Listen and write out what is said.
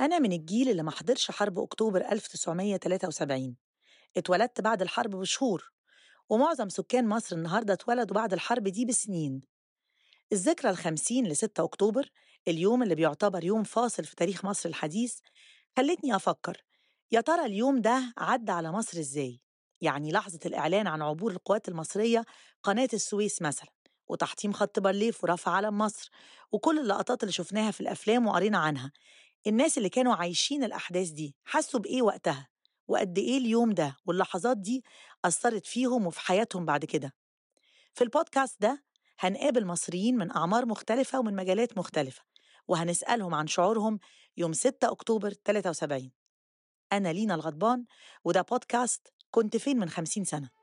أنا من الجيل اللي ما حضرش حرب أكتوبر 1973. اتولدت بعد الحرب بشهور، ومعظم سكان مصر النهاردة اتولدوا بعد الحرب دي بسنين. الذكرى الخمسين لستة أكتوبر، اليوم اللي بيعتبر يوم فاصل في تاريخ مصر الحديث، خلتني أفكر: يا ترى اليوم ده عدى على مصر إزاي؟ يعني لحظة الإعلان عن عبور القوات المصرية قناة السويس مثلا، وتحطيم خط بارليف ورفع علم مصر، وكل اللقطات اللي شفناها في الأفلام وقرينا عنها. الناس اللي كانوا عايشين الأحداث دي حسوا بإيه وقتها؟ وقد إيه اليوم ده واللحظات دي أثرت فيهم وفي حياتهم بعد كده؟ في البودكاست ده هنقابل مصريين من أعمار مختلفة ومن مجالات مختلفة، وهنسألهم عن شعورهم يوم 6 أكتوبر 73. أنا لينا الغضبان، وده بودكاست كنت فين من 50 سنة.